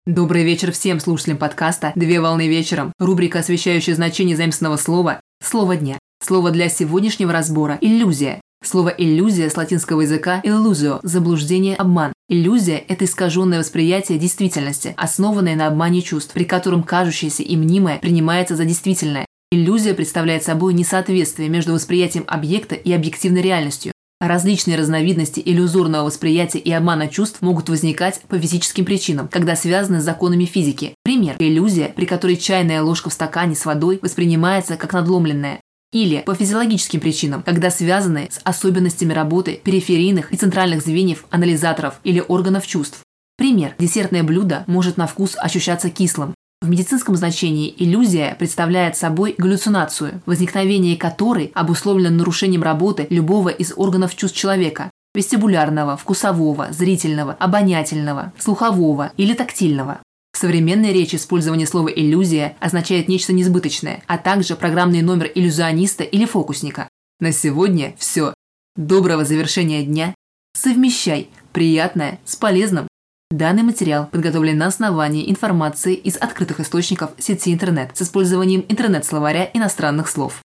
Добрый вечер всем слушателям подкаста «Две волны вечером». Рубрика, освещающая значение заимственного слова «Слово дня». Слово для сегодняшнего разбора – «иллюзия». Слово «иллюзия» с латинского языка «illuzio» – заблуждение, обман. Иллюзия – это искаженное восприятие действительности, основанное на обмане чувств, при котором кажущееся и мнимое принимается за действительное. Иллюзия представляет собой несоответствие между восприятием объекта и объективной реальностью. Различные разновидности иллюзорного восприятия и обмана чувств могут возникать по физическим причинам, когда связаны с законами физики. Пример – иллюзия, при которой чайная ложка в стакане с водой воспринимается как надломленная. Или по физиологическим причинам, когда связаны с особенностями работы периферийных и центральных звеньев анализаторов или органов чувств. Пример – десертное блюдо может на вкус ощущаться кислым. В медицинском значении иллюзия представляет собой галлюцинацию, возникновение которой обусловлено нарушением работы любого из органов чувств человека – вестибулярного, вкусового, зрительного, обонятельного, слухового или тактильного. В современной речи использование слова «иллюзия» означает нечто несбыточное, а также программный номер иллюзиониста или фокусника. На сегодня все. Доброго завершения дня. Совмещай приятное с полезным. Данный материал подготовлен на основании информации из открытых источников сети интернет с использованием интернет-словаря иностранных слов.